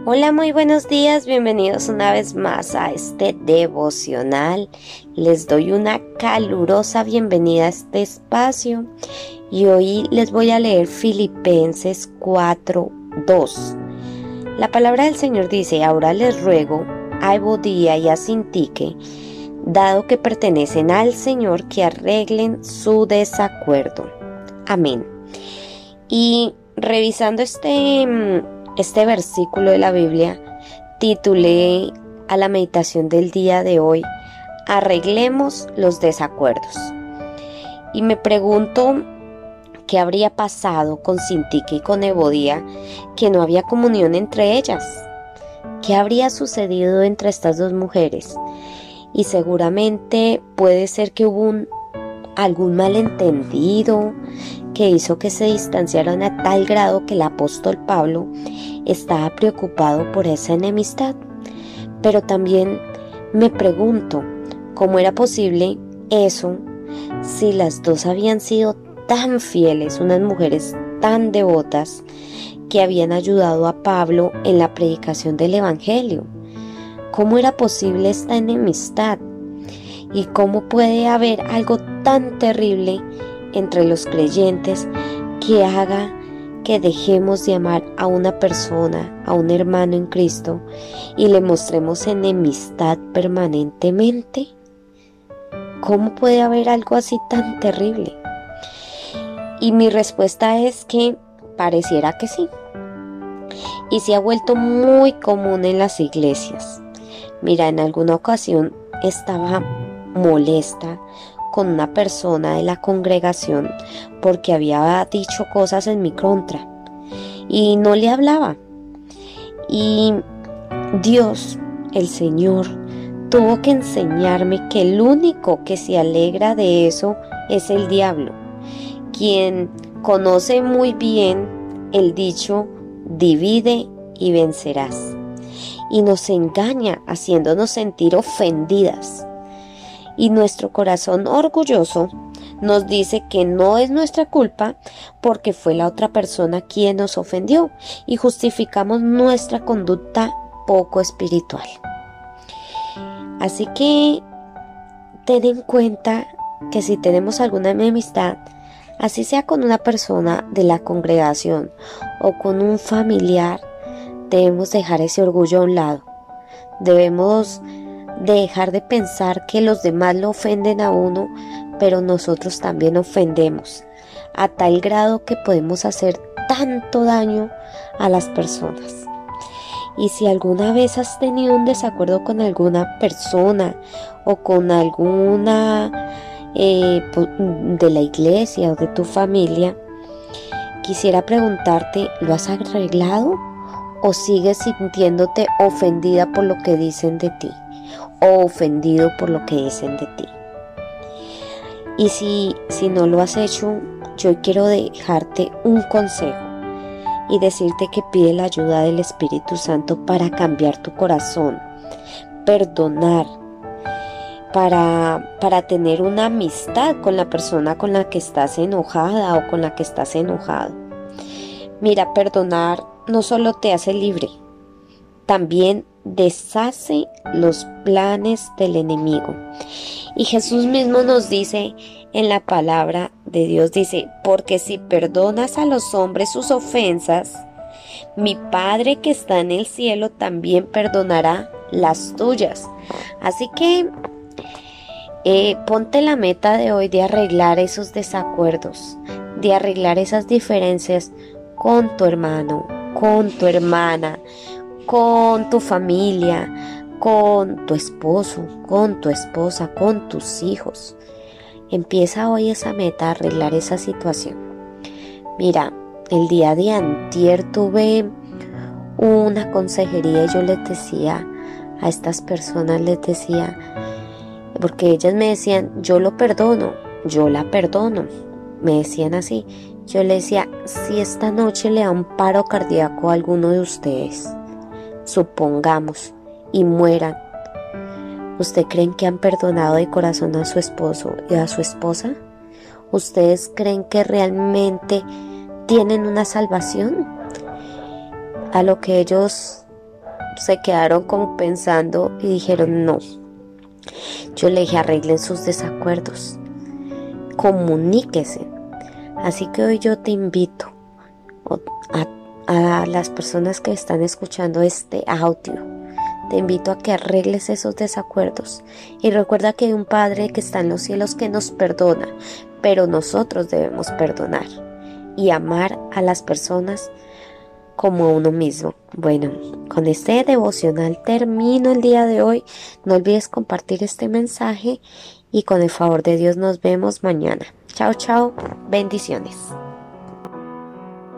Hola, muy buenos días, bienvenidos una vez más a este devocional. Les doy una calurosa bienvenida a este espacio y hoy les voy a leer Filipenses 4:2. La palabra del Señor dice: ahora les ruego a Evodía y a Sintique, dado que pertenecen al Señor, que arreglen su desacuerdo. Amén. Y revisando este versículo de la Biblia, titulé a la meditación del día de hoy: arreglemos los desacuerdos. Y me pregunto qué habría pasado con Sintique y con Evodía, que no había comunión entre ellas. ¿Qué habría sucedido entre estas dos mujeres? Y seguramente puede ser que hubo algún malentendido que hizo que se distanciaran a tal grado que el apóstol Pablo estaba preocupado por esa enemistad. Pero también me pregunto cómo era posible eso si las dos habían sido tan fieles, unas mujeres tan devotas que habían ayudado a Pablo en la predicación del evangelio. ¿Cómo era posible esta enemistad? ¿Y cómo puede haber algo tan terrible entre los creyentes que haga que dejemos de amar a una persona, a un hermano en Cristo, y le mostremos enemistad permanentemente? ¿Cómo puede haber algo así tan terrible? Y mi respuesta es que pareciera que sí. Y se ha vuelto muy común en las iglesias. Mira, en alguna ocasión estaba molesta con una persona de la congregación porque había dicho cosas en mi contra y no le hablaba. Y Dios, el Señor, tuvo que enseñarme que el único que se alegra de eso es el diablo, quien conoce muy bien el dicho: divide y vencerás, y nos engaña haciéndonos sentir ofendidas. Y nuestro corazón orgulloso nos dice que no es nuestra culpa porque fue la otra persona quien nos ofendió, y justificamos nuestra conducta poco espiritual. Así que ten en cuenta que si tenemos alguna enemistad, así sea con una persona de la congregación o con un familiar, debemos dejar ese orgullo a un lado. Debemos dejar de pensar que los demás lo ofenden a uno, pero nosotros también ofendemos, a tal grado que podemos hacer tanto daño a las personas. Y si alguna vez has tenido un desacuerdo con alguna persona o con alguna de la iglesia o de tu familia, quisiera preguntarte: ¿lo has arreglado o sigues sintiéndote ofendida por lo que dicen de ti o ofendido por lo que dicen de ti? Y si no lo has hecho, yo quiero dejarte un consejo y decirte que pide la ayuda del Espíritu Santo para cambiar tu corazón, perdonar, para tener una amistad con la persona con la que estás enojada o con la que estás enojado. Mira, perdonar no solo te hace libre, también deshace los planes del enemigo. Y Jesús mismo nos dice en la palabra de Dios, dice: porque si perdonas a los hombres sus ofensas, mi Padre que está en el cielo también perdonará las tuyas. Así que ponte la meta de hoy de arreglar esos desacuerdos, de arreglar esas diferencias con tu hermano, con tu hermana, con tu familia, con tu esposo, con tu esposa, con tus hijos. Empieza hoy esa meta, arreglar esa situación. Mira, el día de antier tuve una consejería y yo les decía a estas personas, porque ellas me decían: yo lo perdono, yo la perdono, me decían así. Yo les decía: si esta noche le da un paro cardíaco a alguno de ustedes, supongamos, y mueran, ¿usted creen que han perdonado de corazón a su esposo y a su esposa? ¿Ustedes creen que realmente tienen una salvación? A lo que ellos se quedaron como pensando y dijeron no. Yo le dije, arreglen sus desacuerdos, comuníquese. Así que hoy yo te invito a las personas que están escuchando este audio, te invito a que arregles esos desacuerdos y recuerda que hay un Padre que está en los cielos que nos perdona, pero nosotros debemos perdonar y amar a las personas como a uno mismo. Bueno, con este devocional termino el día de hoy. No olvides compartir este mensaje y con el favor de Dios nos vemos mañana. Chao, chao. Bendiciones.